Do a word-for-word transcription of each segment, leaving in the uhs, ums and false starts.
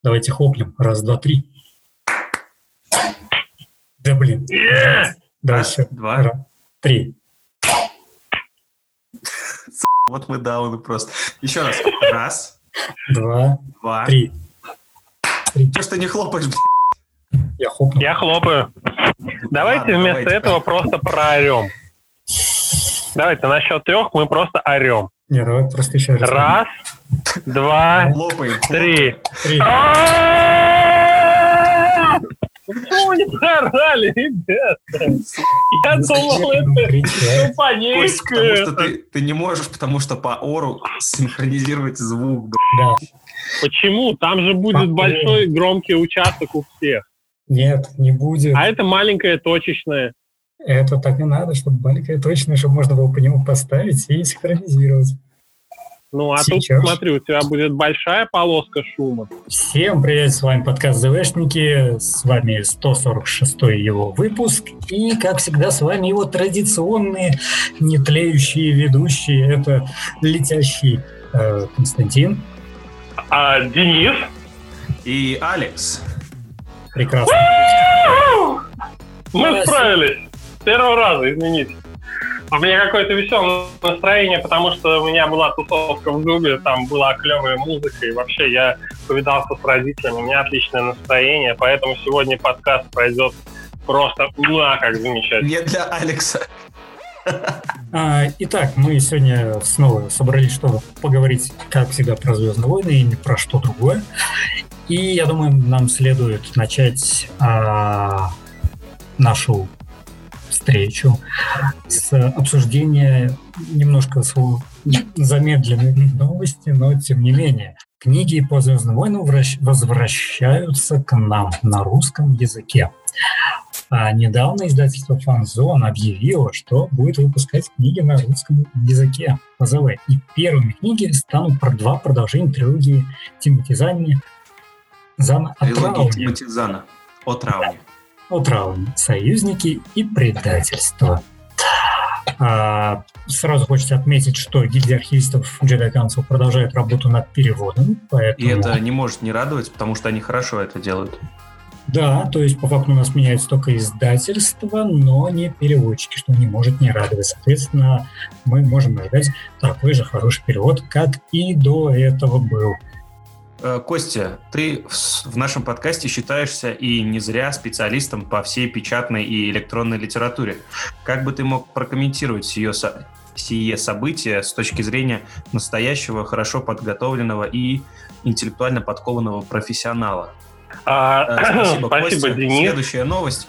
Давайте хлопнем. Раз, два, три. Да блин. Yeah! Давай Раз, еще. два. Раз, три. Вот мы дауны просто. Еще раз. Раз, Два, два, три. три. Че ж ты не хлопаешь, блядь? Я хлопну. Я хлопаю. Давайте Ладно, вместо давайте. этого просто проорем. Давайте на счет трех мы просто орем. Не, давай просто еще раз. Раз, два, Хлопаем. три. Три. Почему вы не проорали, ребята? Я думал, это Кричать. ну, паника. Кость, потому что ты, ты не можешь, потому что по ору синхронизировать звук. блядь. Да. Почему? Там же будет По-моему. большой громкий участок у всех. Нет, не будет. А это маленькое точечное. Это так и надо, чтобы маленькое точное, чтобы можно было по нему поставить и синхронизировать. Ну, а Сейчас. тут, смотри, у тебя будет большая полоска шума. Всем привет, с вами подкаст ЗВшники, с вами сто сорок шестой его выпуск, и, как всегда, с вами его традиционные нетлеющие ведущие, это летящий э, Константин. А Денис? И Алекс. Прекрасно. Мы Спасибо. справились. С первого раза, извините. У меня какое-то веселое настроение, потому что у меня была тусовка в Зубе, там была клевая музыка, и вообще я повидался с родителями, у меня отличное настроение, поэтому сегодня подкаст пройдет просто уа, как замечательно. Не для Алекса. А, итак, мы сегодня снова собрались, чтобы поговорить, как всегда, про «Звездные войны» и не про что другое. И я думаю, нам следует начать а, нашу встречу с обсуждения немножко с замедленной новости, но тем не менее. Книги по «Звездным войнам» возвращаются к нам на русском языке. А недавно издательство «Фанзон» объявило, что будет выпускать книги на русском языке по ЗВ. И первыми книги станут про два продолжения трилогии Тимоти Зани Зана о Трилогия Трауне. Тимоти Зана. О Трауне. О Трауне. Союзники и предательство. А, сразу хочется отметить, что гильдия архивистов Jedi Council продолжает работу над переводом. Поэтому... И это не может не радовать, потому что они хорошо это делают. Да, то есть по факту у нас меняется только издательство, но не переводчики, что не может не радовать. Соответственно, мы можем ожидать такой же хороший перевод, как и до этого был. Э, Костя, ты в, в нашем подкасте считаешься и не зря специалистом по всей печатной и электронной литературе. Как бы ты мог прокомментировать сие, со- сие событие с точки зрения настоящего, хорошо подготовленного и интеллектуально подкованного профессионала? А, Э, Спасибо, спасибо, Костя. Денис. Следующая новость.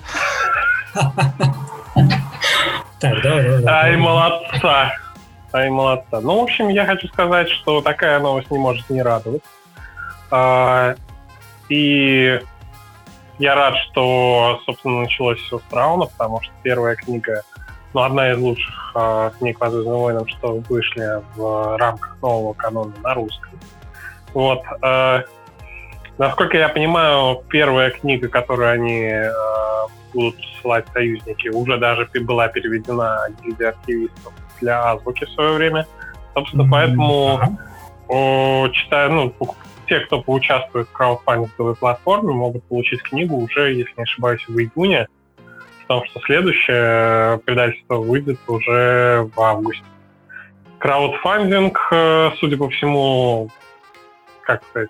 Так, давай, давай, давай. Ай, молодца. Ай, молодца. Ну, в общем, я хочу сказать, что такая новость не может не радовать. А, и я рад, что, собственно, началось все с Трауна, потому что первая книга, ну, одна из лучших а, книг по «Звездным войнам», что вышли в рамках нового канона на русском. Вот. А, насколько я понимаю, первая книга, которую они а, будут посылать союзники, уже даже была переведена гильдией архивистов для азбуки в свое время. Собственно, поэтому о, читаю, ну, те, кто поучаствует в краудфандинговой платформе, могут получить книгу уже, если не ошибаюсь, в июне, потому что следующее предательство выйдет уже в августе. Краудфандинг, судя по всему, как сказать,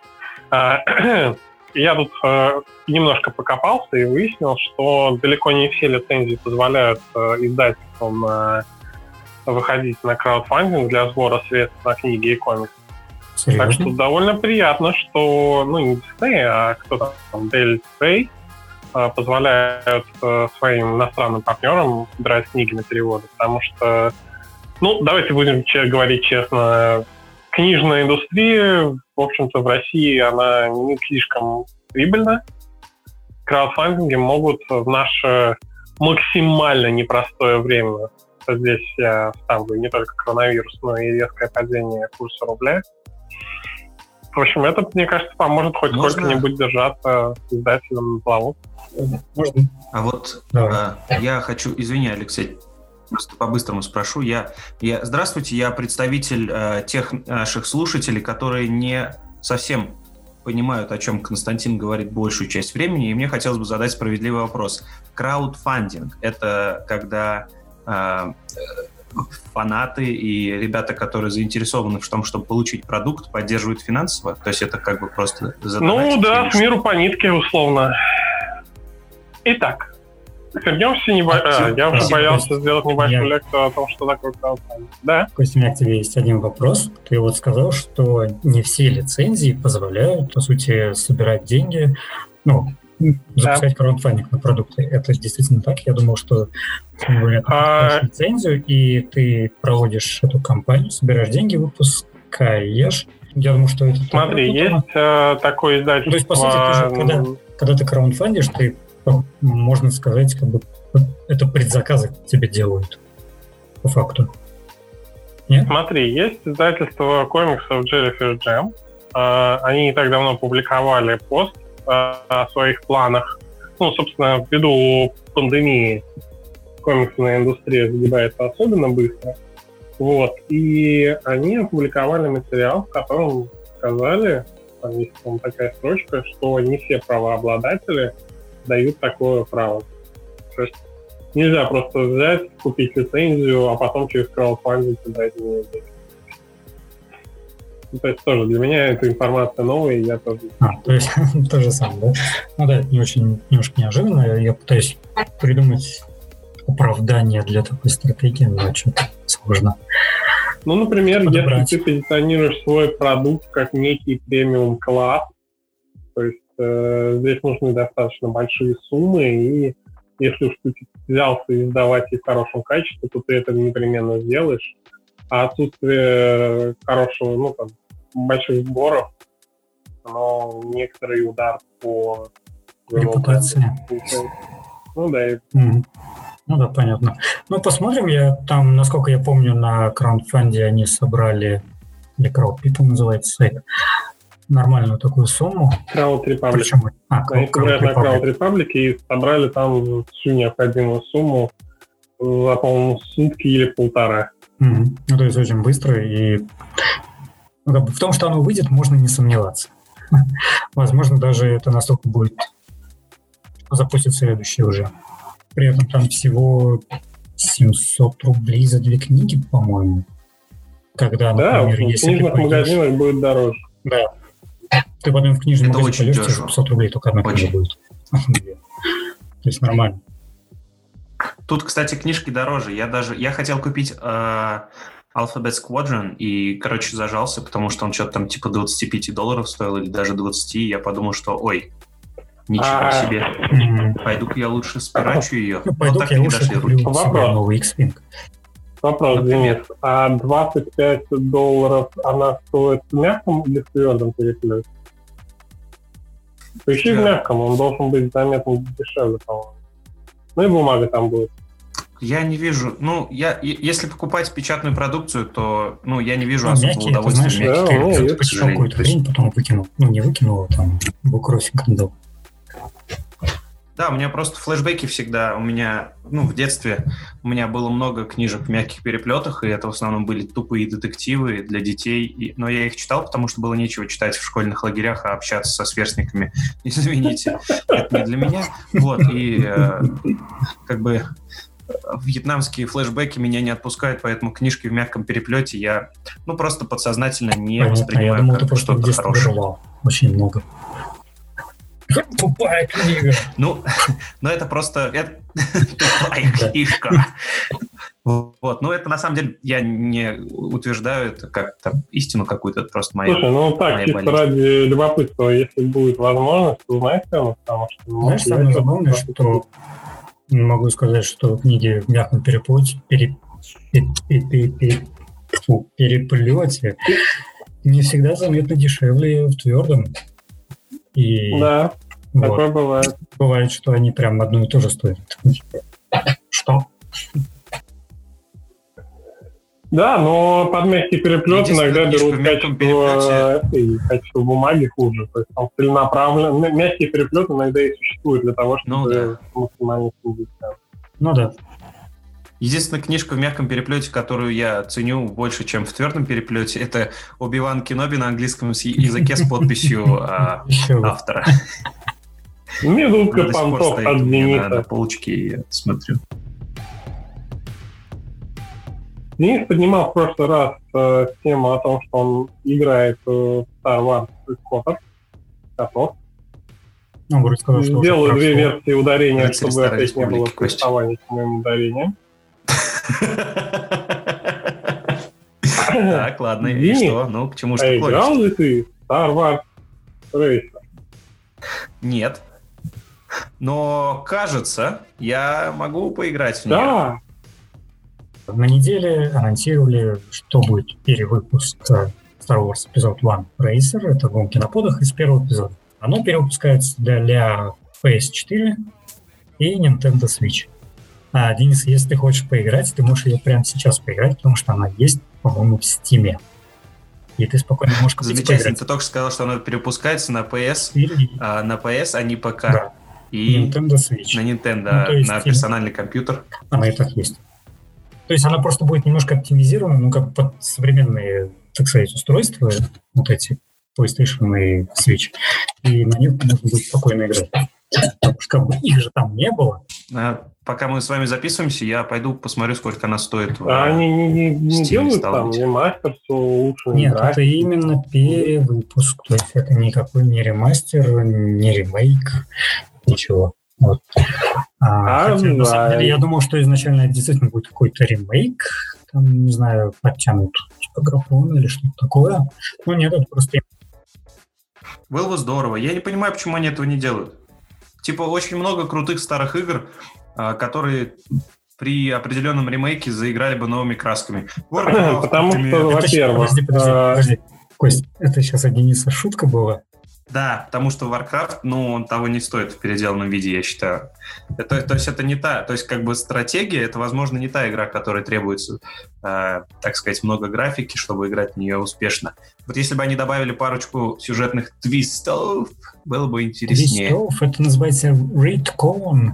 я тут немножко покопался и выяснил, что далеко не все лицензии позволяют издательствам выходить на краудфандинг для сбора средств на книги и комиксы. Серьезно? Так что довольно приятно, что, ну, не Disney, а кто-то там, Daily Display, позволяют своим иностранным партнерам брать книги на переводы, потому что, ну, давайте будем че- говорить честно, книжная индустрия, в общем-то, в России она не слишком прибыльна. Краудфандинги могут в наше максимально непростое время, здесь я ставлю не только коронавирус, но и резкое падение курса рубля. В общем, это, мне кажется, поможет хоть Можно? сколько-нибудь держаться издателям на плаву. Можно? А вот Давай. э, я хочу, извини, Алексей, просто по-быстрому спрошу. Я, я, здравствуйте, я представитель э, тех наших слушателей, которые не совсем понимают, о чем Константин говорит большую часть времени, и мне хотелось бы задать справедливый вопрос. Краудфандинг – это когда э, фанаты и ребята, которые заинтересованы в том, чтобы получить продукт, поддерживают финансово? То есть это как бы просто задонатить? Ну да, с миру по нитке, условно. Итак, вернемся небо... а, я уже боялся Кость, сделать небольшую я... лекцию о том, что такое краудфандинг. Да? Костя, у меня к тебе есть один вопрос. Ты вот сказал, что не все лицензии позволяют, по сути, собирать деньги, ну, запускать да. краудфандинг на продукты. Это действительно так? Я думал, что говорят, а... лицензию, и ты проводишь эту кампанию, собираешь деньги, выпускаешь. Я думаю, что это... Смотри, есть э, такое издательство... То есть, по сути, ты же, когда, когда ты краудфандишь, ты, можно сказать, как бы это предзаказы тебе делают, по факту. Нет? Смотри, есть издательство комиксов Jellyfish Jam. Э, они не так давно публиковали пост э, о своих планах. Ну, собственно, ввиду пандемии комиксная индустрия загибается особенно быстро. Вот. И они опубликовали материал, в котором сказали, там есть там такая строчка, что не все правообладатели дают такое право. То есть нельзя просто взять, купить лицензию, а потом через краудфандинг дать мне деньги. То есть тоже для меня эта информация новая, и я тоже... А, то есть то же самое, да? Ну да, это не очень немножко неожиданно. Я пытаюсь придумать оправдание для такой стратегии, но что-то сложно. Ну, например, подобрать. Если ты позиционируешь свой продукт как некий премиум-класс, то есть э, здесь нужны достаточно большие суммы, и если уж ты взялся издавать их в хорошем качестве, то ты это непременно сделаешь. А отсутствие хорошего, ну, там, больших сборов, оно некоторый удар по... репутации. Ну, да, и... Mm-hmm. Ну да, понятно. Ну, посмотрим. Я там, насколько я помню, на краудфанде они собрали, или CrowdPeople называется сайт, нормальную такую сумму. Crowd Republic. Причем, а, они собрали на Crowd Republic и собрали там всю необходимую сумму за, по-моему, сутки или полтора. Mm-hmm. Ну, то есть очень быстро. И ну, как бы в том, что оно выйдет, можно не сомневаться. Возможно, даже это настолько будет запустить следующее уже. При этом там всего семьсот рублей за две книги, по-моему. Когда, например, да, если в книжных магазинах будет дороже. Да. Ты потом в книжный это магазин пойдешь, тебе пятьсот рублей только одна книга будет. То есть нормально. Тут, кстати, книжки дороже. Я даже я хотел купить э, Alphabet Squadron и, короче, зажался, потому что он что-то там типа двадцать пять долларов стоил или даже двадцать. И я подумал, что ой, ничего себе. Mm-hmm. Пойду-ка я лучше спирачу ее. Ну, пойду так я лучше куплю себе новый X-Wing. Вопрос, Денис. А двадцать пять долларов она стоит в мягком или в твердом переплете? Поищи в мягком, он должен быть заметно дешевле, по-моему. Ну и бумага там будет. Я не вижу, ну, я, если покупать печатную продукцию, то, ну, я не вижу ну, особого мягкие, удовольствия. Знаешь, да, я ну, почитал какую-то хрень, потом выкинул. Ну, не выкинул, а там букросинг дал. Да, у меня просто флешбеки всегда, у меня, ну, в детстве у меня было много книжек в мягких переплетах, и это в основном были тупые детективы для детей, и, но я их читал, потому что было нечего читать в школьных лагерях, а общаться со сверстниками, извините, это не для меня, вот, и э, как бы вьетнамские флешбеки меня не отпускают, поэтому книжки в мягком переплете я, ну, просто подсознательно не Понятно, воспринимаю я думал, как ты что-то хорошее. Вырвал. Очень много. Тупая книга. Ну, ну это просто это, тупая книжка. Вот, ну это на самом деле я не утверждаю это как там истину какую-то, это просто моя. Слушай, ну так, чисто ради любопытства, если будет возможность, узнай цену, потому что... Знаешь, самое забавное, что могу сказать, что книги в мягком переплете, пере, пере, пере, пере, фу, переплете не всегда заметно дешевле в твердом. И да, вот. Такое бывает. Бывает, что они прям одно и то же стоят. Что? Да, но под мягкий переплет иногда берут качество, и качество бумаги хуже. То есть там целенаправленно. Мягкий переплет иногда и существует для того, чтобы ну, да. максимально снизить. Ну да. Единственная книжка в мягком переплете, которую я ценю больше, чем в твердом переплете, это Оби-Ван Кеноби на английском языке с подписью автора. Минутка понтов от Дениса. На полочке я смотрю. Денис поднимал в прошлый раз э, тему о том, что он играет в Star Wars Squadron. Готов. Ну, вроде сказал, что сделаю две версии ударения, Рыцарь чтобы Старой опять не было Республики, Костя. приставания к моим ударениям. Так, ладно, и Денис, что? Ну, к чему же а ты играл клонишь? ли ты в Star Wars Racer? Нет. Но, кажется, я могу поиграть в нее. Да. На неделе анонсировали, что будет перевыпуск Star Wars Episode один Racer. Это гонки на подах из первого эпизода. Оно перевыпускается для пи эс четыре и Nintendo Switch. А, Денис, если ты хочешь поиграть, ты можешь ее прямо сейчас поиграть, потому что она есть, по-моему, в Steam. И ты спокойно можешь купить. Замечательно. Поиграть. Ты только что сказал, что она перепускается на пи эс, Или... а, на пи эс, а не ПК. Да. И Nintendo Switch. на Nintendo, Ну, то есть на Steam. персональный компьютер. Она и так есть. То есть она просто будет немножко оптимизирована, ну, как под современные, так сказать, устройства, вот эти PlayStation и Switch. И на них можно будет спокойно играть. Потому что как бы их же там не было. А, пока мы с вами записываемся, я пойду посмотрю, сколько она стоит. в- А они не, не, не Steam делают стало там быть. ремастер, что лучше Нет, играть. это именно перевыпуск. То есть это никакой не ремастер, не ремейк, ничего. Вот. А, А, хотя, на да. самом деле, я думал, что изначально это действительно будет какой-то ремейк, там, не знаю, подтянут типа графон или что-то такое. Но нет, это просто... Было бы здорово. Я не понимаю, почему они этого не делают. Типа, очень много крутых старых игр, а, которые при определенном ремейке заиграли бы новыми красками. Warcraft, Потому например. что, Это щас- во-первых, Подожди, подожди, а, подожди. Кость, это сейчас от Дениса шутка была? Да, потому что Warcraft, ну, он того не стоит в переделанном виде, я считаю. Это, то есть это не та, то есть как бы стратегия, это, возможно, не та игра, которой требуется, э, так сказать, много графики, чтобы играть в нее успешно. Вот если бы они добавили парочку сюжетных твистов, было бы интереснее. Твистов, это называется Redcon.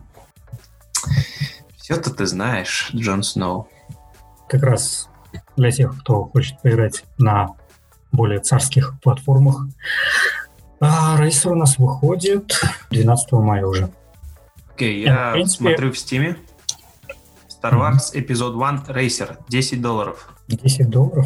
Все-то ты знаешь, Джон Сноу. Как раз для тех, кто хочет поиграть на более царских платформах. А Racer у нас выходит двенадцатого мая уже. Окей, Нет, я в принципе- смотрю в Стиме. Star Wars Episode один Racer, десять долларов. десять долларов.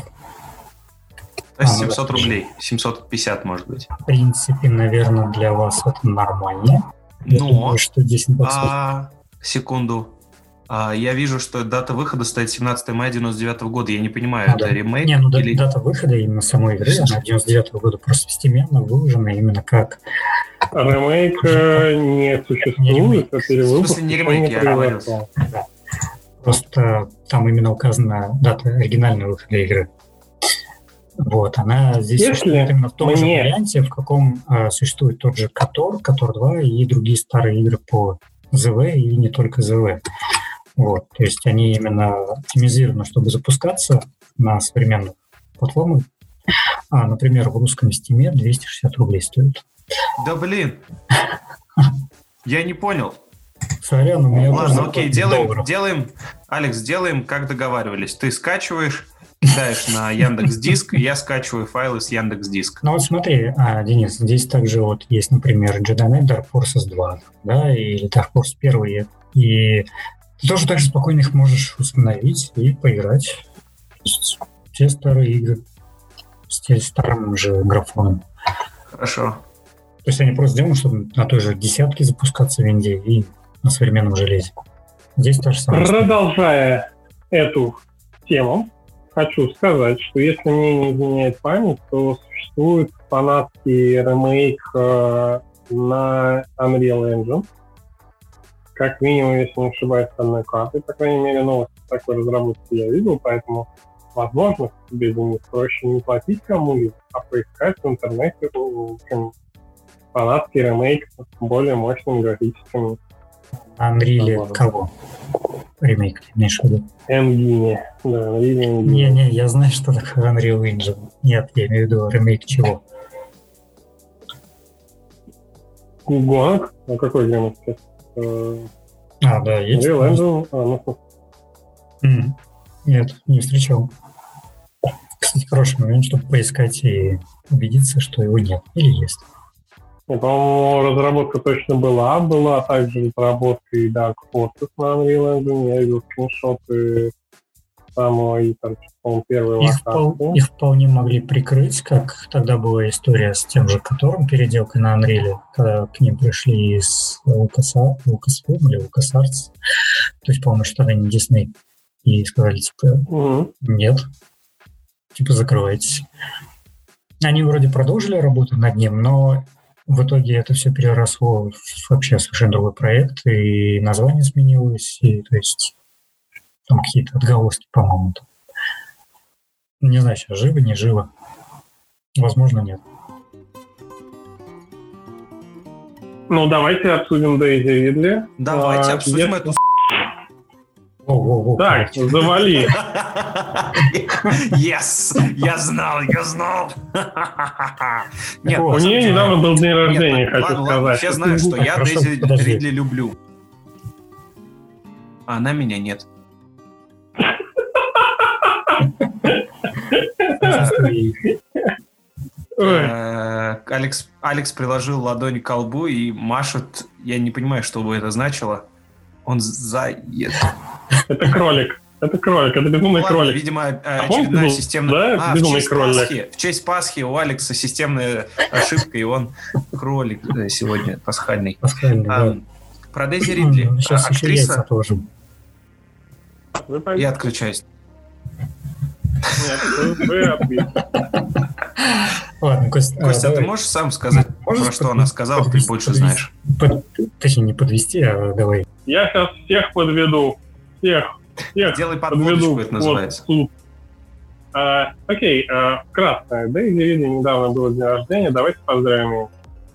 То есть А, ну семьсот да. рублей, семьсот пятьдесят, может быть. В принципе, наверное, для вас это нормально. Я Но- думаю, что десять баксов. А, секунду. А, я вижу, что дата выхода стоит семнадцатого мая девяносто девятого года. Я не понимаю, Ну это да. ремейк Не, ну да- или... дата выхода именно самой игры, она девяносто девятого года, просто в Steam она выложена именно как... ремейк э, не существует, а перевыпуск В смысле, не еще ремейк, не я произошел. Просто там именно указана дата оригинального выхода игры. Вот, она здесь Если существует именно в том же мне- варианте, в каком э, существует тот же Котор, Котор два и другие старые игры по зэ вэ и не только зэ вэ. Вот, то есть они именно оптимизированы, чтобы запускаться на современных платформах. А, например, в русском Steam двести шестьдесят рублей стоит. Да блин! Я не понял. Сорян, у меня Ладно, тоже окей, двадцать делаем, долларов. делаем, Алекс, делаем, как договаривались. Ты скачиваешь, кидаешь на Яндекс.Диск, и я скачиваю файлы с Яндекс.Диск. Ну вот смотри, а, Денис, здесь также вот есть, например, Jedi Knight Dark Forces два, да, или Dark Forces один, и ты тоже так же спокойно их можешь установить и поиграть. То есть все старые игры с тем старым же графоном. Хорошо. То есть они просто сделаны, чтобы на той же десятке запускаться в Винде и на современном железе. Здесь та же самая история. Продолжая эту тему, хочу сказать, что если мне не изменяет память, то существует фанатский ремейк э, на Unreal Engine. Как минимум, если не ошибаюсь, с одной картой. По крайней мере, новости такой разработки я видел, поэтому, возможно, тебе, Денис, проще не платить кому-либо, а поискать в интернете в общем, фанатский ремейк с более мощным графическим Unreal Ладно. кого? Ремейк, ты имеешь в виду? Engine. Да, Unreal Engine. Не-не, я знаю, что такое Unreal Engine. Нет, я имею в виду ремейк чего? Гуанг? А какой игре мы сейчас? Э, А, да, есть. Unreal Engine. А, ну, Mm. Нет, не встречал. Кстати, хороший момент, чтобы поискать и убедиться, что его нет или есть. Ну, по-моему, разработка точно была. Была также разработка и Dark Forces на Unreal Engine. Я видел скриншоты самого, и там, по-моему, первой их, впол- их вполне могли прикрыть, как тогда была история с тем же которым переделкой на Unreal, когда к ним пришли из Lucasfilm или LucasArts. То есть, по-моему, что-то не Disney. И сказали, типа, mm-hmm. нет, типа, закрывайтесь. Они вроде продолжили работу над ним, но в итоге это все переросло в вообще совершенно другой проект, и название сменилось, и то есть там какие-то отголоски, по-моему. Там. Не знаю, сейчас живо, не живо. Возможно, нет. Ну, давайте обсудим Дейзи Ридли. Давайте а, обсудим если... эту О-о-о, так, завали. Yes! Я знал, я знал! Нет, у нее недавно был день рождения, Нет, хочу ладно, сказать. Ладно, все знают, что я Дейзи Ридли люблю. А она меня нет. Алекс, Алекс приложил ладонь к колбу и машет. Я не понимаю, что бы это значило. Он заед. Это кролик. Это кролик, это безумный Ладно, кролик. Видимо, очередная был, системная... Да, а, безумный в честь кролик. Пасхи, в честь Пасхи у Алекса системная ошибка, и он кролик сегодня пасхальный. Пасхальный, а, да. Про Дейзи Ридли. Сейчас еще яйца тоже. Я отключаюсь. Нет, вы ответите. Ладно, Кость, Костя, а, а ты можешь сам сказать, можешь про что под, она сказала, подвести, ты больше подвести, знаешь? Под, точнее, не подвести, а давай. Я сейчас всех подведу. Всех. всех Делай подводочку, это называется. А, окей, а, вкратце. Дейзи Ридли недавно было день рождения. Давайте поздравим ее.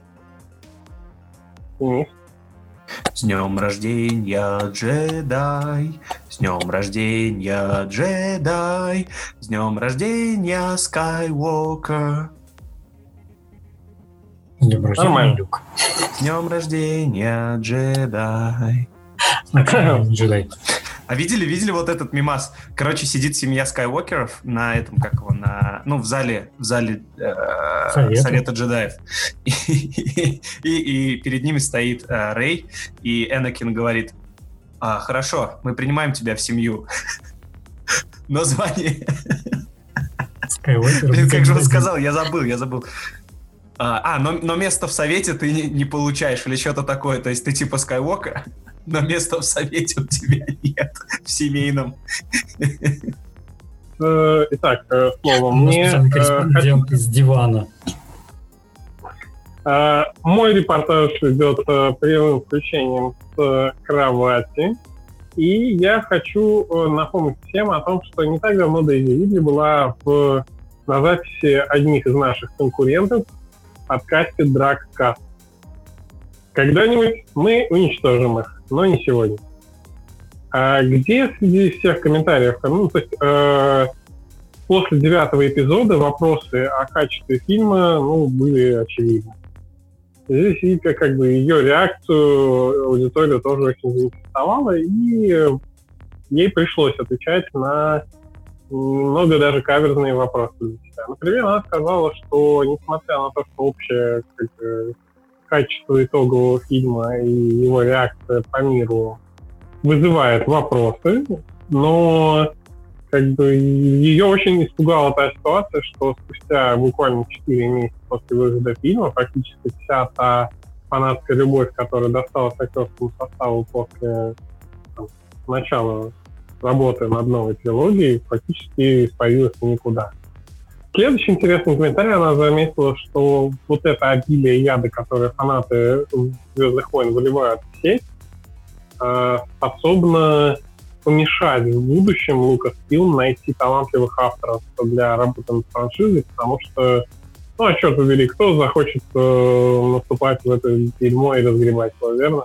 Денис. С днем рождения, джедай! С днем рождения, джедай! С днем рождения, Скайуокер! С днем рождения, Люк! С днем рождения, джедай! Джедай. А видели, видели вот этот мемас? Короче, сидит семья Скайуокеров на этом, как его, на, ну, в зале, в зале э, Совета. Совета джедаев. И, и, и, и перед ними стоит э, Рей, и Энакин говорит: а, хорошо, мы принимаем тебя в семью. Но звание... Скайуокер. Блин, как же он сказал? Я забыл, я забыл. А, но, но место в Совете ты не, не получаешь или что-то такое. То есть ты типа Скайуокер, но места в Совете у тебя нет, в семейном. Итак, слово мне... Корреспондент из дивана. Мой репортаж идет прямым включением с кровати. И я хочу напомнить всем о том, что не так давно Дейзи Ридли была в, на записи одних из наших конкурентов в подкасте Драгкаст. Когда-нибудь мы уничтожим их, но не сегодня. А где среди всех комментариев, ну, то есть э, после девятого эпизода вопросы о качестве фильма, ну, были очевидны. Здесь Вика, как бы, ее реакцию аудиторию тоже очень заинтересовала, и ей пришлось отвечать на много даже каверзные вопросы для себя. Например, она сказала, что несмотря на то, что общее как бы, качество итогового фильма и его реакция по миру вызывает вопросы, но как бы ее очень испугала та ситуация, что спустя буквально четыре месяца после выхода фильма практически вся та фанатская любовь, которая досталась актерскому составу после там, начала работы над новой трилогией, практически испарилась в никуда. Следующий интересный комментарий, она заметила, что вот это обилие яда, которое фанаты «Звездных войн» выливают в сеть, способно помешать в будущем Lucasfilm найти талантливых авторов для работы над франшизой, потому что, ну, а черт побери, кто захочет э, наступать в это дерьмо и разгребать его, верно?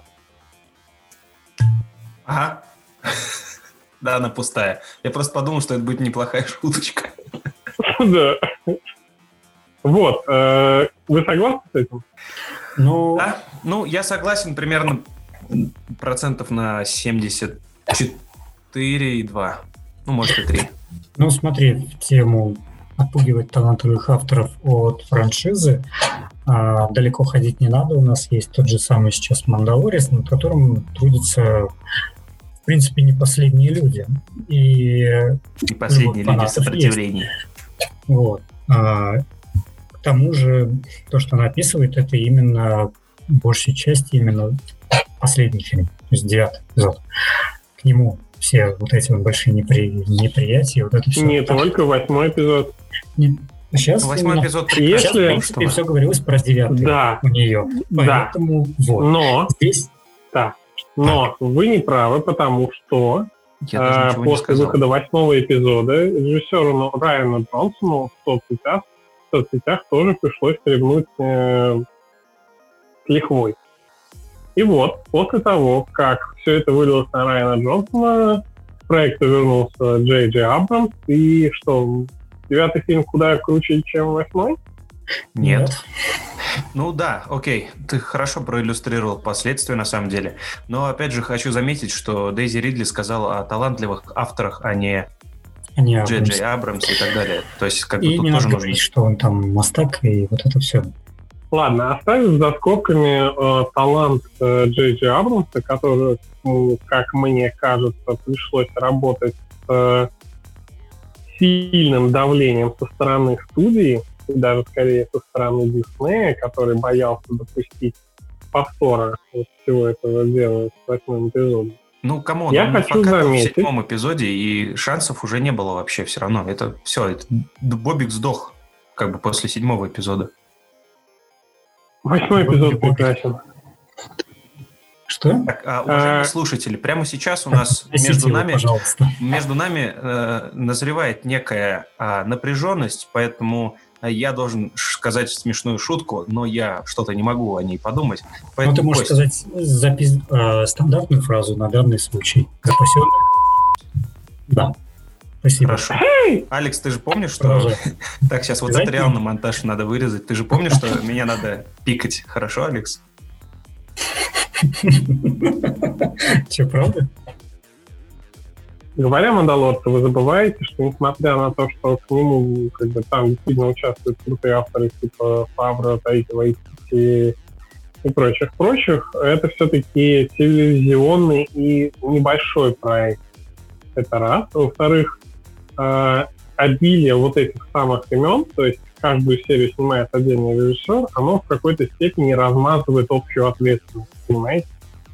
Ага. Да, она пустая. Я просто подумал, что это будет неплохая шуточка. Да. Вот. Вы согласны с этим? Ну, да. Ну, я согласен примерно процентов на семьдесят четыре и два. Ну, может, и три. Ну, смотри, в тему отпугивать талантливых авторов от франшизы а, далеко ходить не надо. У нас есть тот же самый сейчас «Мандалорец», над которым трудятся, в принципе, не последние люди. И не последние люди в сопротивлении. Есть. Вот. А, к тому же, то, что она описывает, это именно в большей части именно последний фильм, то есть девятый эпизод. К нему все вот эти вот большие непри... неприятия, вот это все. Не так, только восьмой эпизод. Не... Сейчас восьмой именно... эпизод прекрасно. Сейчас, в принципе, все говорилось про девятый да. у нее. Поэтому да. вот. Но, здесь... да. Но так. Вы не правы, потому что а, после выхода восьмого эпизода режиссеру Райану Джонсону в соцсетях, в соцсетях тоже пришлось требовать э, с лихвой. И вот, после того, как все это вылилось на Райана Джонсона, к проекту вернулся Джей Джей Абрамс, и что, девятый фильм куда круче, чем восьмой? Нет. Нет. Ну да, окей, ты хорошо проиллюстрировал последствия на самом деле, но опять же хочу заметить, что Дейзи Ридли сказала о талантливых авторах, а не Джей Джей Абрамс и так далее. То есть как бы и тут не тоже надо нужно... говорить, что он там мастак и вот это все. Ладно, оставив за скобками э, талант э, Джей Джей Абрамса, который, ну, как мне кажется, пришлось работать с э, сильным давлением со стороны студии, и даже скорее со стороны Диснея, который боялся допустить повтора вот всего этого дела с восьмым эпизодом. Ну, камон, я он хочу заметить... в седьмом эпизоде, и шансов уже не было вообще все равно. Это все, это... Бобик сдох как бы после седьмого эпизода. Восьмой эпизод прекрасен. Что? Так, а, уважаемые а... слушатели, прямо сейчас у нас между его, нами, пожалуйста. между нами э, назревает некая э, напряженность, поэтому я должен сказать смешную шутку, но я что-то не могу о ней подумать. Поэтому, ну, ты можешь Кость... сказать запис... э, стандартную фразу на данный случай. Запасенную. Да. Спасибо. Хорошо. Алекс, ты же помнишь, что... Так, сейчас вот этот реал на монтаж надо вырезать. Ты же помнишь, что меня надо пикать? Хорошо, Алекс? Че, правда? Говоря о «Мандалорце», вы забываете, что несмотря на то, что к нему как бы, там действительно участвуют крутые авторы типа Фавро, Таити Вайтити и прочих-прочих, это все-таки телевизионный и небольшой проект. Это раз. Во-вторых, э, обилие вот этих самых имен, то есть каждую серию снимает отдельный режиссер, оно в какой-то степени размазывает общую ответственность, понимаете?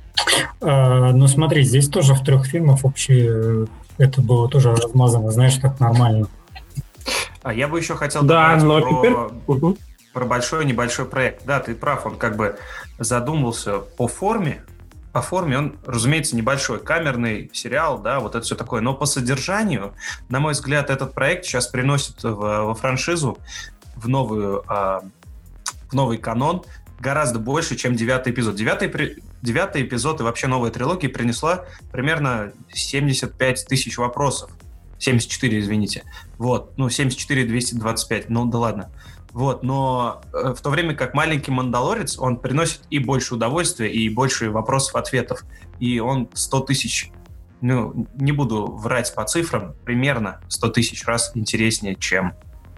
А, ну смотри, здесь тоже в трех фильмах общее это было тоже размазано, знаешь, как нормально. А я бы еще хотел да, добавить но про, теперь... угу. про большой и небольшой проект. Да, ты прав, он как бы задумался по форме, по форме он, разумеется, небольшой, камерный сериал, да, вот это все такое. Но по содержанию, на мой взгляд, этот проект сейчас приносит в, во франшизу, в, новую, а, в новый канон гораздо больше, чем девятый эпизод. Девятый, девятый эпизод и вообще новая трилогия принесла примерно семьдесят пять тысяч вопросов. семьдесят четыре, извините. Вот, ну, семьдесят четыре двести двадцать пять, ну да ладно. Вот, но э, в то время как маленький «Мандалорец», он приносит и больше удовольствия, и больше вопросов-ответов. И он сто тысяч, ну, не буду врать по цифрам, примерно сто тысяч раз интереснее, чем...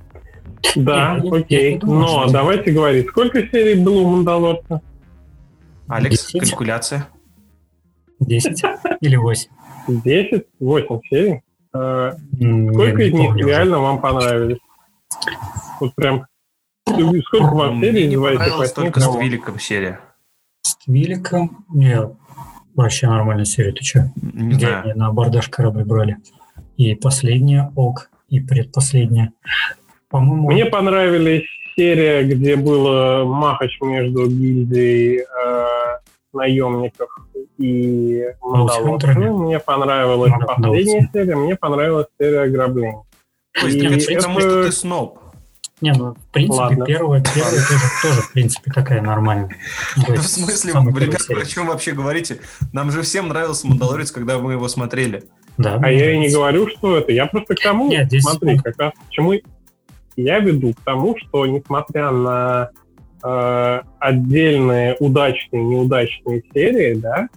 Да, я, окей, я думаю, но что... давайте говорить, сколько серий было у «Мандалорца»? Алекс, десять. Калькуляция. Десять или восемь. Десять? Восемь серий? А, сколько из них реально вам понравились? Вот прям... Сколько вам серий из восьми? Мне понравилась только с Твиликом серия. С Твиликом? Нет, вообще нормальная серия. Ты что? Не Где знаю. они на абордаж корабль брали? И последняя ок, и предпоследняя. По-моему... Мне понравились серия, где был махач между гильдией э, наемников и Мандалорцами. Мне понравилась Мандалорцы. Последняя серия, мне понравилась серия ограблений. То есть, это потому что ты сноб. Не, ну, в принципе, Ладно. первая, первая тоже, тоже, в принципе, такая нормальная. Ну, в смысле, ребята, о чем вообще говорите? Нам же всем нравился «Мандалорец», когда мы его смотрели. Да, а я и не говорю, что это. Я просто к тому, Нет, здесь смотри, как раз к чему я веду, к тому, что несмотря на э, отдельные удачные и неудачные серии, да,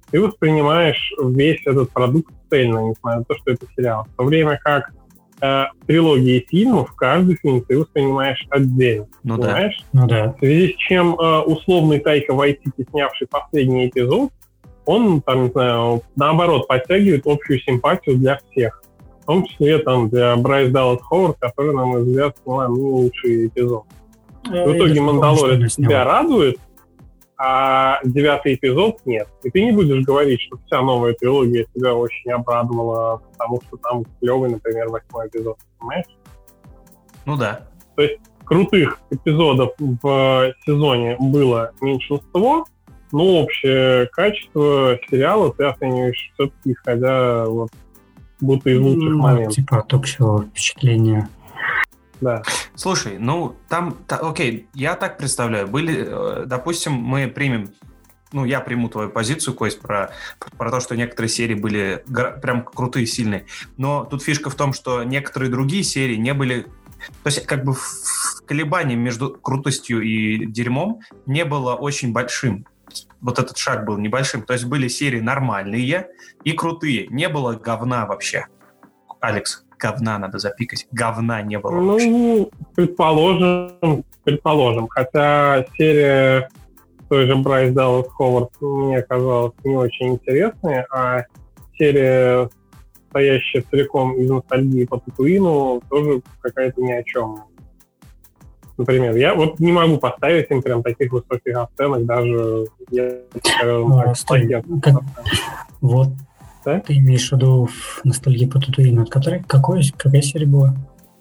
ты воспринимаешь весь этот продукт цельно, несмотря на то, что это сериал. В то время как э, трилогии фильмов, каждый фильм ты воспринимаешь отдельно. Ну понимаешь? Да. Ну да. В связи с чем э, условный Тайка Вайтити, снявший последний эпизод, он, там, не знаю, наоборот, подтягивает общую симпатию для всех. В том числе там, для Брайс Даллас Ховард, который, на мой взгляд, сняла ну, лучший эпизод. В итоге «Мандалорец» тебя радует, а девятый эпизод нет. И ты не будешь говорить, что вся новая трилогия тебя очень обрадовала, потому что там клевый, например, восьмой эпизод. Понимаешь? Ну да. То есть крутых эпизодов в сезоне было меньшинство, но общее качество сериала ты оцениваешь все-таки исходя вот будто из лучших ну, моментов. Типа от общего впечатления. Да. Слушай, ну там, та, окей, я так представляю, были, э, допустим, мы примем, ну я приму твою позицию, Кость, про, про то, что некоторые серии были гра- прям крутые, сильные, но тут фишка в том, что некоторые другие серии не были, то есть как бы в колебании между крутостью и дерьмом не было очень большим. Вот этот шаг был небольшим. То есть были серии нормальные и крутые. Не было говна вообще. Алекс, говна надо запикать. Говна не было ну, вообще. предположим, предположим. Хотя серия той же Брайс Даллас Ховард мне казалась не очень интересной, а серия, стоящая целиком из ностальгии по Татуину, тоже какая-то ни о чем. Например, я вот не могу поставить им прям таких высоких оценок, даже я, скажем а, так, стой, как, вот да? Ты имеешь в виду ностальгию по Татуину, от которой какой, какая серия была?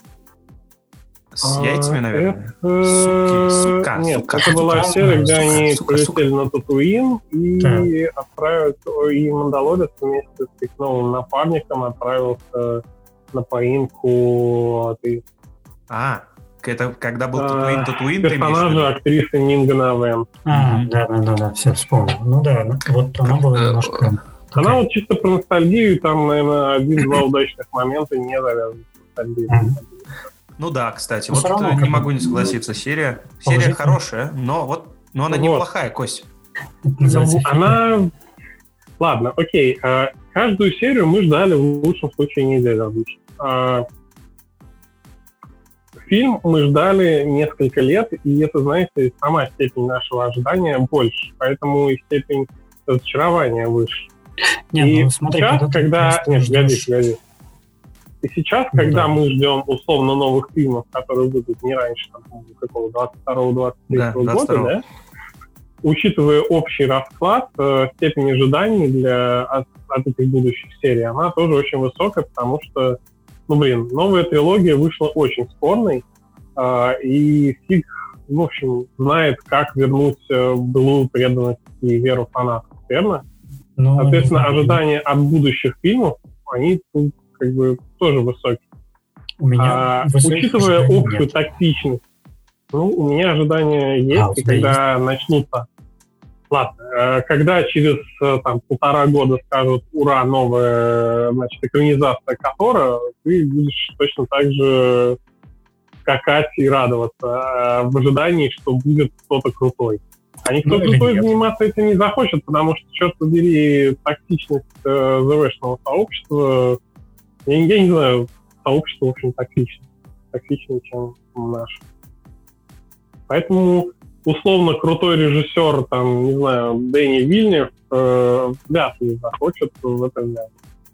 С яйцами, наверное? Это... Суки, сука, Нет, сука, это сука, была сука, серия, сука, где сука, они сука, полетели сука. на Татуин и да. отправят, и Мандалорец вместе с их новым напарником отправился на поимку от... А, это когда был Татуин, Татуин, персонажа актрисы Нинга Навен. А, да-да-да, все вспомнил. Ну да, вот она была немножко... Она вот чисто про ностальгию, там, наверное, один-два удачных момента не завязаны с ностальгией. Ну да, кстати, но вот равно, не как могу бы, не согласиться. Серия, серия хорошая, но вот, но она вот. неплохая, Кость. Ну, она... Ладно, окей. Каждую серию мы ждали в лучшем случае неделю обычно. Фильм мы ждали несколько лет, и это, знаете, сама степень нашего ожидания больше, поэтому и степень разочарования выше. Нет, и ну, смотри, сейчас, когда... Нет, погоди, погоди. И сейчас, ну, когда да. мы ждем условно новых фильмов, которые будут не раньше там, какого двадцать второго двадцать третьего да, года, да, учитывая общий расклад, э, степень ожиданий для, от, от этих будущих серий, она тоже очень высокая, потому что, ну, блин, новая трилогия вышла очень спорной, э, и фиг, в общем, знает, как вернуть э, былую преданность и веру фанатов, верно? Ну, соответственно, ожидания от будущих фильмов, они тут как бы тоже высокие. У меня а, учитывая общую нет. тактичность, ну, у меня ожидания есть, а, и когда есть. начнутся... Ладно, когда через там, полтора года скажут «Ура, новая, значит, экранизация Котора», ты будешь точно так же скакать и радоваться в ожидании, что будет кто-то крутой. А никто ну, крутой заниматься этим не захочет, потому что, черт побери, тактичность э, ЗВшного сообщества, я, я не знаю, сообщество, в общем, тактичнее, тактичнее, чем наше. Поэтому, условно, крутой режиссер, там, не знаю, Дэнни Вильнев, э, вряд ли захочет в это взять.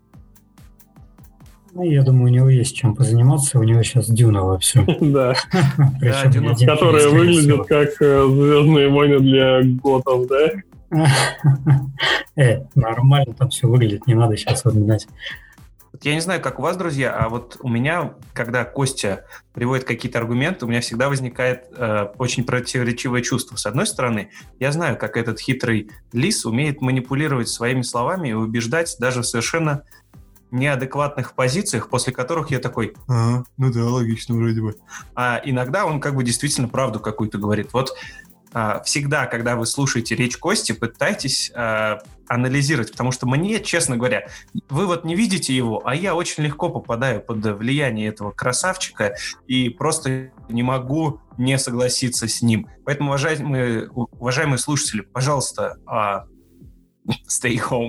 Ну, я думаю, у него есть чем позаниматься, у него сейчас Дюна во всем. Да. Которые выглядят как «Звездные войны» для готов, да? Э, нормально там все выглядит, не надо сейчас вспоминать. Я не знаю, как у вас, друзья, а вот у меня, когда Костя приводит какие-то аргументы, у меня всегда возникает э, очень противоречивое чувство. С одной стороны, я знаю, как этот хитрый лис умеет манипулировать своими словами и убеждать даже в совершенно неадекватных позициях, после которых я такой, ага, ну да, логично вроде бы. А иногда он как бы действительно правду какую-то говорит. Вот а, всегда, когда вы слушаете речь Кости, пытайтесь а, анализировать, потому что мне, честно говоря, вы вот не видите его, а я очень легко попадаю под влияние этого красавчика и просто не могу не согласиться с ним. Поэтому, уважаемые, уважаемые слушатели, пожалуйста, а, stay home.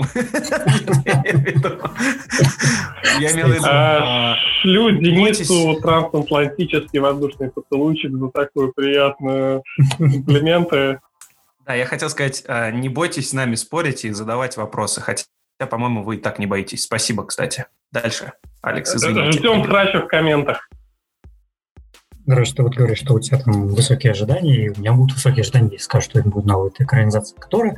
Я имел в виду... Шлю Денису трансатлантический воздушный поцелуйчик за такую приятную комплименты. Да, я хотел сказать, не бойтесь с нами спорить и задавать вопросы, хотя, по-моему, вы и так не боитесь. Спасибо, кстати. Дальше, Алекс, извините. Ждем трача в комментах. Короче, ты вот говоришь, что у тебя там высокие ожидания, и у меня будут высокие ожидания, если скажешь, что это будет новая экранизация, которая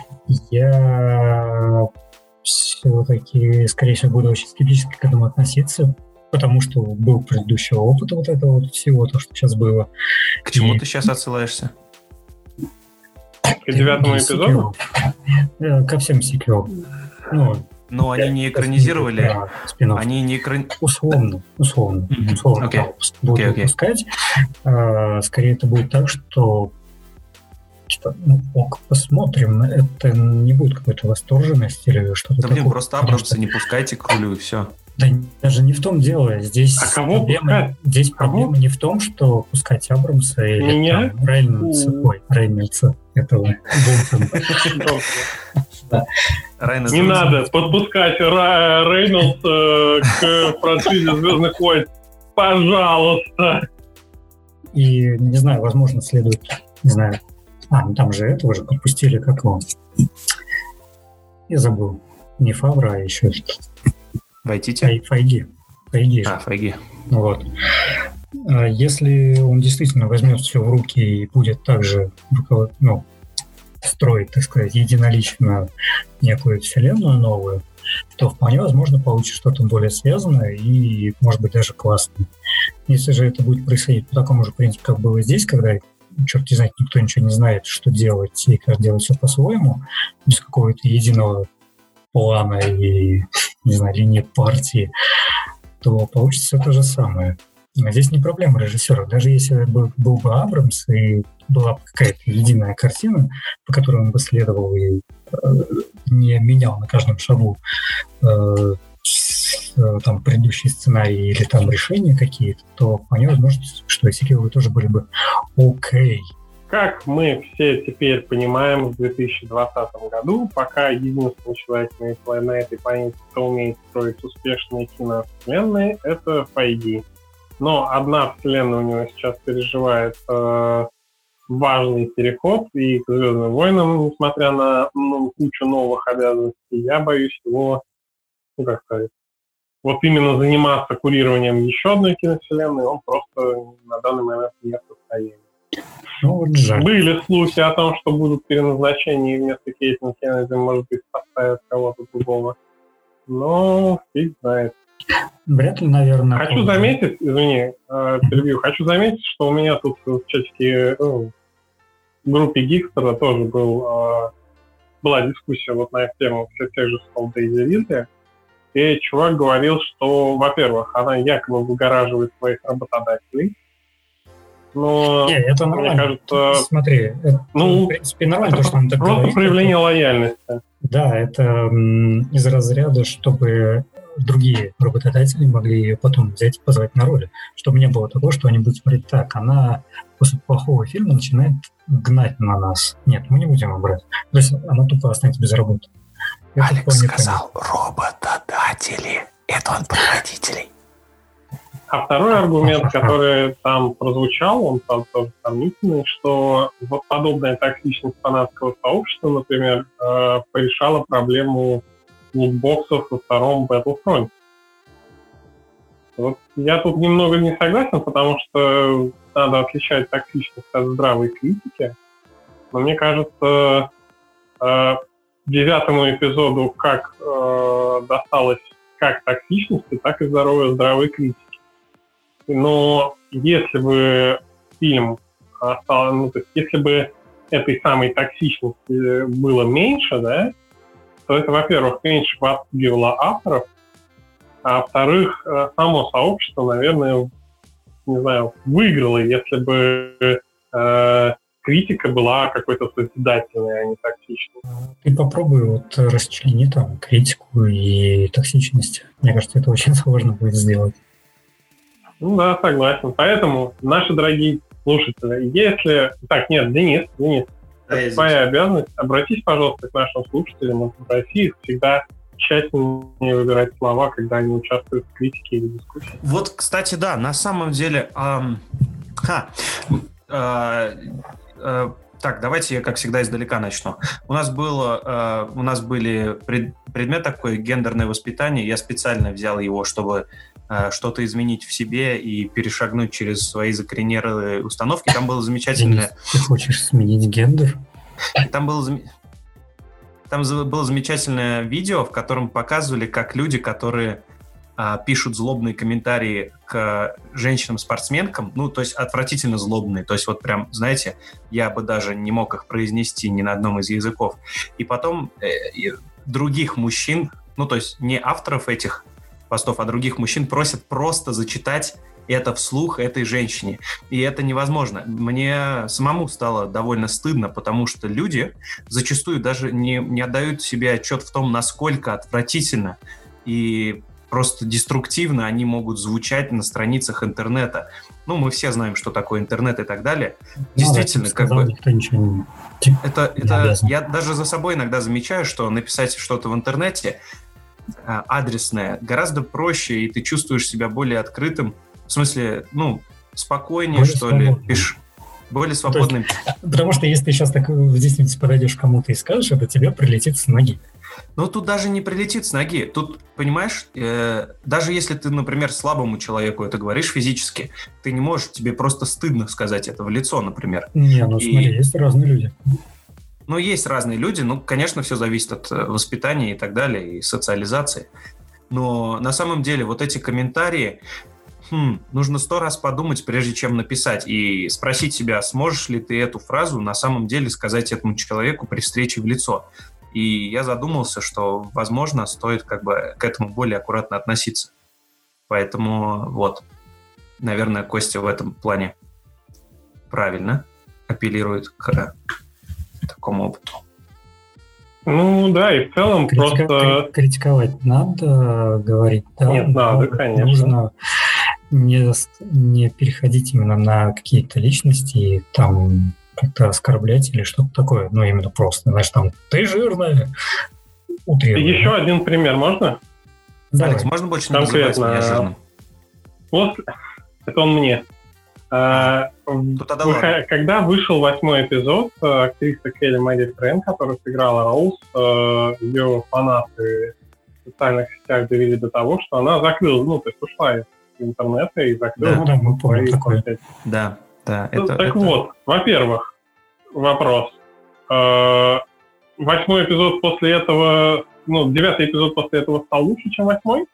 я все-таки, скорее всего, буду очень скептически к этому относиться, потому что был предыдущий опыт вот этого вот всего, то, что сейчас было. К чему и... ты сейчас отсылаешься? К девятому эпизоду? Ко всем сиквелам. Ну, Но они не экранизировали, да, они не экран... Условно, условно, mm-hmm. условно okay. будут okay, okay. выпускать. А, скорее это будет так, что типа, ну, ок, посмотрим, это не будет какой-то восторженности или что-то да, такое. Блин, просто Абрамса не пускайте к рулю и все. Да даже не в том дело. Здесь, а кого проблема, здесь проблема не в том, что пускать Абрамса или Меня? там, Рейнольдса, mm. ой, Рейнольдса, этого Не надо подпускать Рейнольдса к франшизе «Звездных войн». Пожалуйста. И, не знаю, возможно, следует, не знаю, а, ну там же этого же подпустили, как его, я забыл, не Фавра, а еще что-то. Вайтити? Файги. Файги. А, Файги. Вот. Если он действительно возьмет все в руки и будет также ну, строить, так сказать, единолично некую вселенную новую, то вполне возможно получится что-то более связанное и, может быть, даже классное. Если же это будет происходить по такому же принципу, как было здесь, когда, черт не знает, никто ничего не знает, что делать, и каждый делает все по-своему, без какого-то единого плана и, не знаю, линии партии, то получится то же самое. А здесь не проблема режиссера. Даже если бы был бы Абрамс и была бы какая-то единая картина, по которой он бы следовал и э, не менял на каждом шагу э, с, э, там, предыдущий сценарий или там решения какие-то, то вполне возможно, что и сиквелы тоже были бы окей. Как мы все теперь понимаем, в две тысячи двадцатом году, пока единственный человек на, на этой планете, кто умеет строить успешные киновселенные, это Файги. Но одна вселенная у него сейчас переживает э, важный переход, и к «Звездным войнам», несмотря на ну, кучу новых обязанностей, я боюсь его, ну как сказать, вот именно заниматься курированием еще одной киновселенной, он просто на данный момент не в состоянии. Ну, вот жаль. Были слухи о том, что будут переназначения, и вместо Кейтлин Кеннеди, может быть, поставят кого-то другого. Но фиг знает. Вряд ли, наверное. Хочу тоже. заметить, извини, перебью, хочу заметить, что у меня тут в чатике, ну, в группе Гикстера тоже был, была дискуссия вот на эту тему все тех же слов Дейзи Ридли. И чувак говорил, что, во-первых, она якобы выгораживает своих работодателей. Но, не, это мне нормально. кажется... Смотри, это, ну, в принципе, нормально, то, что он так просто говорит. проявление это, лояльности. Да, это м, из разряда, чтобы другие работодатели могли ее потом взять и позвать на роли. Чтобы не было такого, что они будут смотреть так. Она после плохого фильма начинает гнать на нас. Нет, мы не будем ее брать. То есть она тупо останется без работы. Это Алекс сказал работодатели. Это он про родителей. А второй аргумент, который там прозвучал, он там тоже сомнительный, что вот подобная токсичность фанатского сообщества, например, э, порешала проблему лутбоксов во втором Battlefront. Вот я тут немного не согласен, потому что надо отличать токсичность от здравой критики. Но мне кажется, э, девятому эпизоду как э, досталось как токсичности, так и здоровой здравой критики. Но если бы фильм стал, ну, то есть если бы этой самой токсичности было меньше, да, то это, во-первых, меньше бы отпугивало авторов, а во-вторых, само сообщество, наверное, не знаю, выиграло, если бы э, критика была какой-то созидательной, а не токсичной. Ты попробуй вот расчлени там критику и токсичность. Мне кажется, это очень сложно будет сделать. Ну да, согласен. Поэтому, наши дорогие слушатели, если... Так, нет, Денис, Денис. это твоя обязанность. Обратись, пожалуйста, к нашим слушателям, попроси их всегда тщательнее выбирать слова, когда они участвуют в критике или дискуссии. Вот, кстати, да, на самом деле... Эм, ха, э, э, так, давайте я, как всегда, издалека начну. У нас, было, э, у нас были пред, предмет такой, гендерное воспитание. Я специально взял его, чтобы э, что-то изменить в себе и перешагнуть через свои закоренелые установки. Там было замечательное... Ты хочешь сменить гендер? Там было замечательное... Там было замечательное видео, в котором показывали, как люди, которые а, пишут злобные комментарии к женщинам-спортсменкам, ну, то есть отвратительно злобные, то есть вот прям, знаете, я бы даже не мог их произнести ни на одном из языков. И потом э, и других мужчин, ну, то есть не авторов этих постов, а других мужчин просят просто зачитать это вслух этой женщине. И это невозможно. Мне самому стало довольно стыдно, потому что люди зачастую даже не, не отдают себе отчет в том, насколько отвратительно и просто деструктивно они могут звучать на страницах интернета. Ну, мы все знаем, что такое интернет и так далее. Ну, действительно, как бы... Никто ничего не... Это, не это я даже за собой иногда замечаю, что написать что-то в интернете адресное гораздо проще, и ты чувствуешь себя более открытым. В смысле, ну, спокойнее, более что свободным. ли, пиш, более свободным. Есть, потому что если ты сейчас так в действительности подойдешь к кому-то и скажешь, это тебе прилетит с ноги. Ну, тут даже не прилетит с ноги. Тут, понимаешь, э, даже если ты, например, слабому человеку это говоришь физически, ты не можешь, тебе просто стыдно сказать это в лицо, например. Не, ну и... смотри, есть разные люди. Ну, есть разные люди, ну, конечно, все зависит от воспитания и так далее, и социализации. Но на самом деле вот эти комментарии... Хм, нужно сто раз подумать, прежде чем написать, и спросить себя, сможешь ли ты эту фразу на самом деле сказать этому человеку при встрече в лицо. И я задумался, что, возможно, стоит как бы к этому более аккуратно относиться. Поэтому вот, наверное, Костя в этом плане правильно апеллирует к такому опыту. Ну да, и в целом Критика- просто... Критиковать надо, говорить, да? Нет, надо, конечно. Нужно не, не переходить именно на какие-то личности и там как-то оскорблять или что-то такое. Ну, именно просто, знаешь, там, ты жирная, утрирую. Еще один пример можно? Да, Алекс, можно больше не называть меня жирным? Вот, это он мне. А, вы, когда вышел восьмой эпизод, актриса Келли Мэри Фрэн, которая сыграла Роуз, ее фанаты в социальных сетях довели до того, что она закрыла, ну, то есть ушла из интернета и закрыла. Да, да, мы помним такое. Да, да. Ну, это, так это... вот, во-первых, вопрос. Восьмой эпизод после этого, ну, девятый эпизод после этого стал лучше, чем восьмой?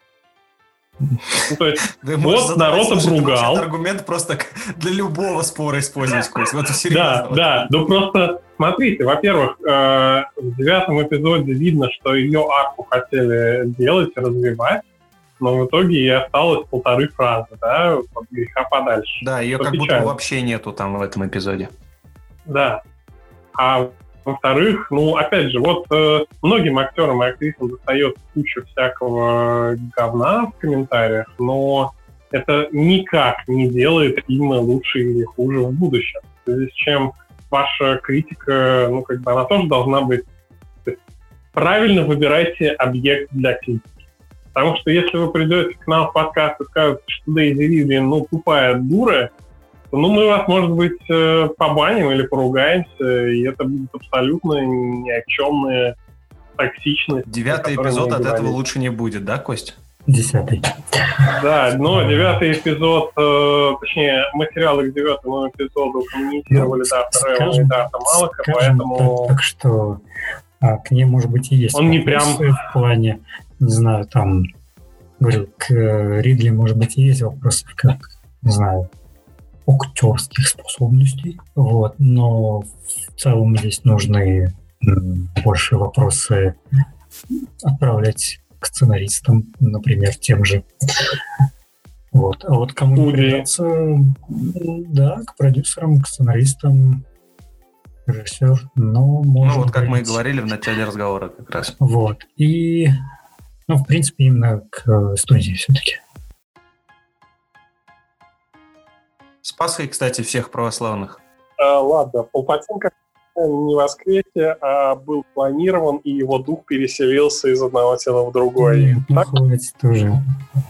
Ну, то есть, да вот народ обругал. Этот аргумент просто для любого спора использовать, Кость. Вот серьезно. Да, да. Ну просто, смотрите, во-первых, э, в девятом эпизоде видно, что ее арку хотели делать, развивать, но в итоге ей осталось полторы фразы, да, от греха подальше. Да, ее как будто вообще нету там в этом эпизоде. Да. А во-вторых, ну, опять же, вот э, многим актерам и актрисам достается куча всякого говна в комментариях, но это никак не делает им лучше или хуже в будущем. В связи с чем ваша критика, ну, как бы она тоже должна быть... То есть, правильно выбирайте объект для критики. Потому что если вы придете к нам в подкаст и скажете, что Дейзи Ridley, ну, тупая дура, ну, мы вас, может быть, побаним или поругаемся, и это будет абсолютно ни о чемная токсичность. Девятый эпизод от этого лучше не будет, да, Кость? Десятый. Да, но девятый эпизод, э, точнее, материалы к девятому эпизоду коммуницировали ну, Дарта Рэлла и Дарта Малака, поэтому... Так, так что а, к ней, может быть, и есть он не прям в плане, не знаю, там, говорю, к Ридли, может быть, и есть вопросы, как, не знаю, актерских способностей, вот, но в целом здесь нужны м, больше вопросы отправлять к сценаристам, например, тем же. Вот. А вот кому не придется, да, к продюсерам, к сценаристам, режиссер, но можно... Ну, вот как мы и говорили в начале разговора как раз. Вот. И, ну, в принципе, именно к студии все-таки. С Пасхой, кстати, всех православных. А, ладно, Палпатин, как изначально не воскресе, а был планирован, и его дух переселился из одного тела в другое. Нет, ну Так? хватит тоже.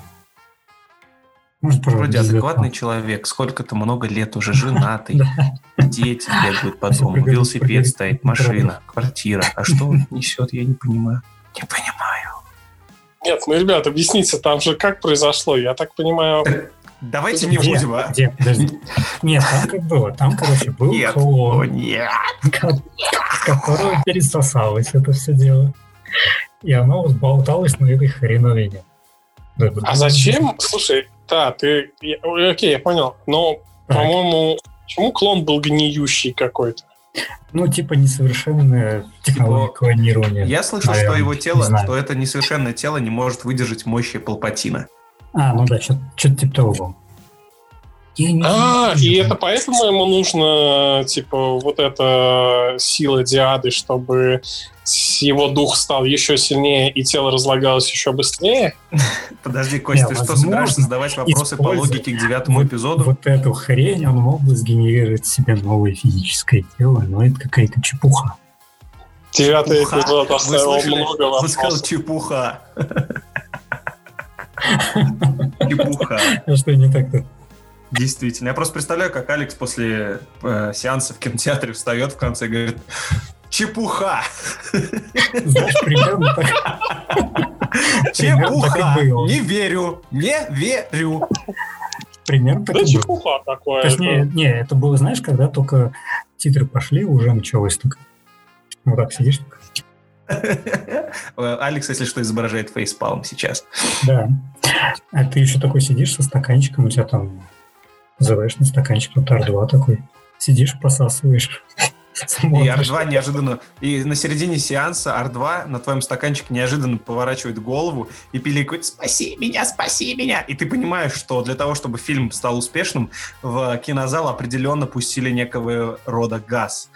Может, Вроде адекватный человек, сколько-то много лет уже женатый, дети бегают по дому, велосипед стоит, машина, квартира. А что он несет, я не понимаю. Не понимаю. Нет, ну, ребят, объясните, там же как произошло? Я так понимаю... Давайте не будем, а? Где? Подожди. Нет, там как было. Там, короче, был Нет, о клон, нет. которого пересосалось это все дело. И оно взболталось на этой хреновине. А зачем? Слушай, да, ты... я- Окей, я понял. Но, Так. по-моему, почему клон был гниющий какой-то? Ну, типа несовершенная технология клонирования. Я слышал, что наверное, его не тело, знаю. что это несовершенное тело не может выдержать мощи Палпатина. А, ну да, что-то типа того. Я не А, знаю. и это поэтому ему нужно, типа, вот эта сила Диады, чтобы с- его дух стал еще сильнее и тело разлагалось еще быстрее? Подожди, Кость, Не, ты что, возможно, собираешься задавать вопросы по используя логике к девятому вот, эпизоду? Вот эту хрень он мог бы сгенерировать себе новое физическое тело, но это какая-то чепуха. Девятый Чепуха? эпизод Вы оставил слышали? много Он сказал вопросов. чепуха. Чепуха. А что не так-то? Действительно. Я просто представляю, как Алекс после э, сеанса в кинотеатре встает в конце и говорит: чепуха! Знаешь, примерно так. Примерно так Чепуха! и было. Не верю! Не верю! Примерно так Да и было. чепуха такое. Точнее, не, это было, знаешь, когда только титры пошли, уже началось так. Вот так сидишь. Алекс, если что, изображает фейспалм сейчас. Да. А ты еще такой сидишь со стаканчиком, у тебя там ЗВшный стаканчик, вот ар два такой. Сидишь, посасываешь. И ар два неожиданно... И на середине сеанса ар два на твоем стаканчике неожиданно поворачивает голову и пиликает: «Спаси меня, спаси меня!» И ты понимаешь, что для того, чтобы фильм стал успешным, в кинозал определенно пустили некого рода газ.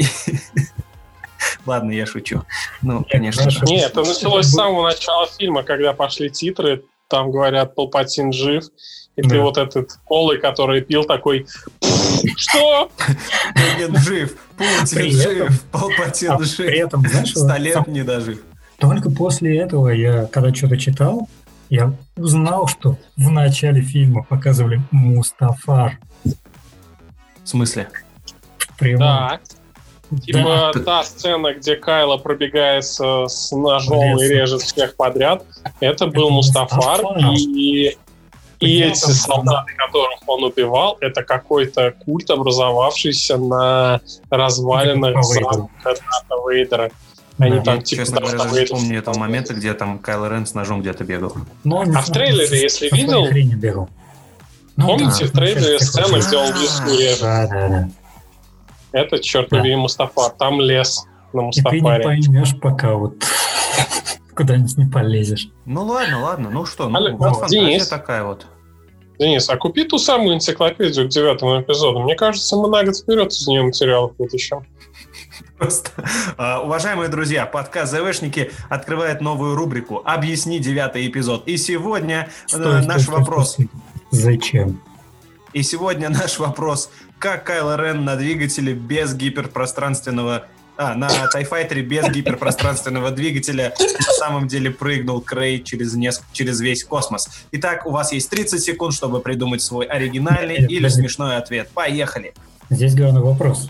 Ладно, я шучу. Ну, конечно же. Нет, это началось с самого начала фильма, когда пошли титры, там говорят, Палпатин жив, и ты Да. вот этот колы, который пил, такой: что? Нет, жив, Путин При жив, этом- Палпатин А при жив, этом, знаешь, сто вот лет сам- не дожив. только после этого я, когда что-то читал, я узнал, что в начале фильма показывали Мустафар. В смысле? В прямом. Да. Типа Да. та сцена, где Кайло пробегается с ножом и Лесом. режет всех подряд, это был Это Мустафар, Мустафар. и, и Я эти там- солдаты, которых он убивал, это какой-то культ, образовавшийся на развалинах Типа Вейдера. замка Дарта Вейдера. Они Да. там Я, типа честно говоря, Дарта даже не Вейдера. помню этого момента, где там Кайло Рен с ножом где-то бегал. Но он А в трейлере, если со своей видел? хренью бегал. Ну, Помните да, в трейлере сейчас сцену, такое. где он в лесу режет? Да, да, да. Это, черт Да. побери, Мустафар. Там лес на И ты не Мустафаре. поймешь, пока вот куда-нибудь не полезешь. Ну ладно, ладно, ну что, ну Олег, вот вот, фантазия Денис. такая вот. Денис, а купи ту самую энциклопедию к девятому эпизоду. Мне кажется, мы на год вперед из нее материалов вытащим. Просто. А, уважаемые друзья, подкаст ЗВшники открывает новую рубрику «Объясни девятый эпизод». И сегодня э, Стой, стой, наш стой, вопрос. стой, стой. Зачем? И сегодня наш вопрос: как Кайло Рен на двигателе без гиперпространственного... А, на Тайфайтере без гиперпространственного двигателя на самом деле прыгнул к Рей через, неск... через весь космос. Итак, у вас есть тридцать секунд, чтобы придумать свой оригинальный Нет, или подожди. смешной ответ. Поехали! Здесь главный вопрос.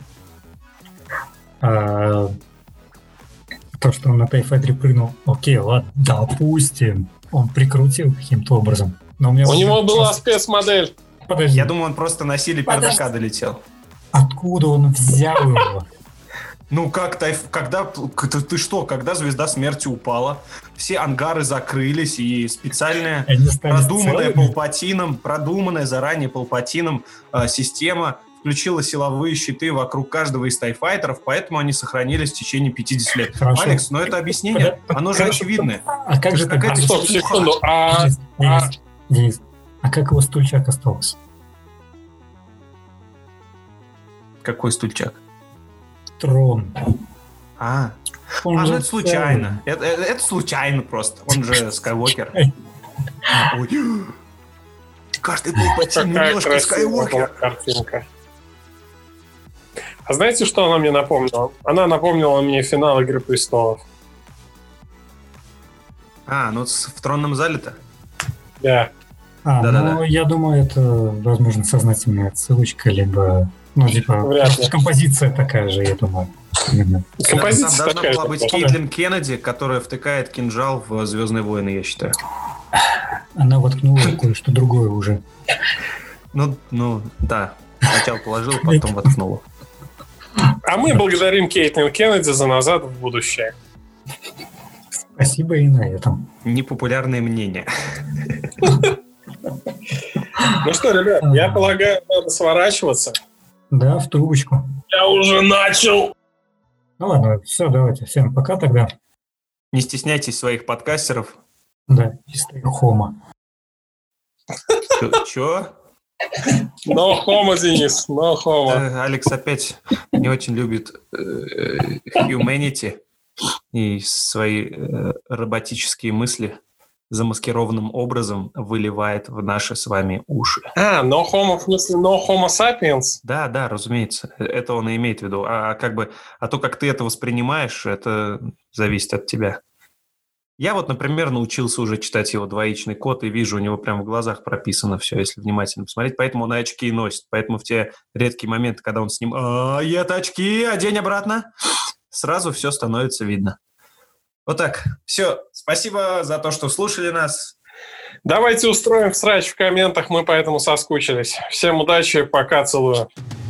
А, то, что он на Тайфайтере прыгнул, окей, ладно, допустим, он прикрутил каким-то образом. Но у меня У вот него вопрос. была спецмодель. Подожди, Я думаю, он просто на силе Подожди. пердака долетел. откуда он взял его? Ну как, тайф... когда ты, ты что, когда звезда смерти упала, все ангары закрылись, и специальная Они стали продуманная целыми? Палпатином, продуманная заранее Палпатином э, система включила силовые щиты вокруг каждого из тайфайтеров, поэтому они сохранились в течение пятьдесят лет. Хорошо. Алекс, но это объяснение, Подо- оно же хорошо. очевидное. А как же Какая-то тогда... Стоп, секунду. А, Денис, а- Денис, Денис, а как его стульчак остался? Какой стульчак? Трон. А, Он а же ну это случайно. Это, это- это случайно просто. Он же Скайуокер. Ой. Каждый Палпатин какая немножко красивая была Скайуокер. картинка. А знаете, что она мне напомнила? Она напомнила мне финал «Игры престолов». А, ну в тронном зале-то? Да. А, Да, ну, да, да. я думаю, это, возможно, сознательная отсылочка, либо, ну, типа, Вряд ли. композиция такая же, я думаю. Именно. Композиция Там должна такая была же. быть Кейтлин Кеннеди, которая втыкает кинжал в «Звездные войны», я считаю. Она воткнула кое-что другое уже. Ну, ну, да. Сначала положил, потом воткнула. А мы благодарим Кейтлин Кеннеди за «Назад в будущее». Спасибо и на этом. Непопулярное мнение. Ну что, ребят, я полагаю, надо сворачиваться. Да, в трубочку. Я уже начал. Ну ладно, все, давайте. Всем пока тогда. Не стесняйтесь своих подкастеров. Да, чистый хома. Чё? Но хома, Денис, но хома. Э, Алекс опять не очень любит э, humanity и свои э, роботические мысли замаскированным образом выливает в наши с вами уши. А, но хома, в смысле, но хомо сапиенс? Да, да, разумеется. Это он и имеет в виду. А как бы, а то, как ты это воспринимаешь, это зависит от тебя. Я вот, например, научился уже читать его двоичный код и вижу, у него прямо в глазах прописано все, если внимательно посмотреть. Поэтому он и очки носит. Поэтому в те редкие моменты, когда он с ним «А, это очки, одень обратно», сразу все становится видно. Вот так. Все. Спасибо за то, что слушали нас. Давайте устроим срач в комментах, мы поэтому соскучились. Всем удачи, пока, целую.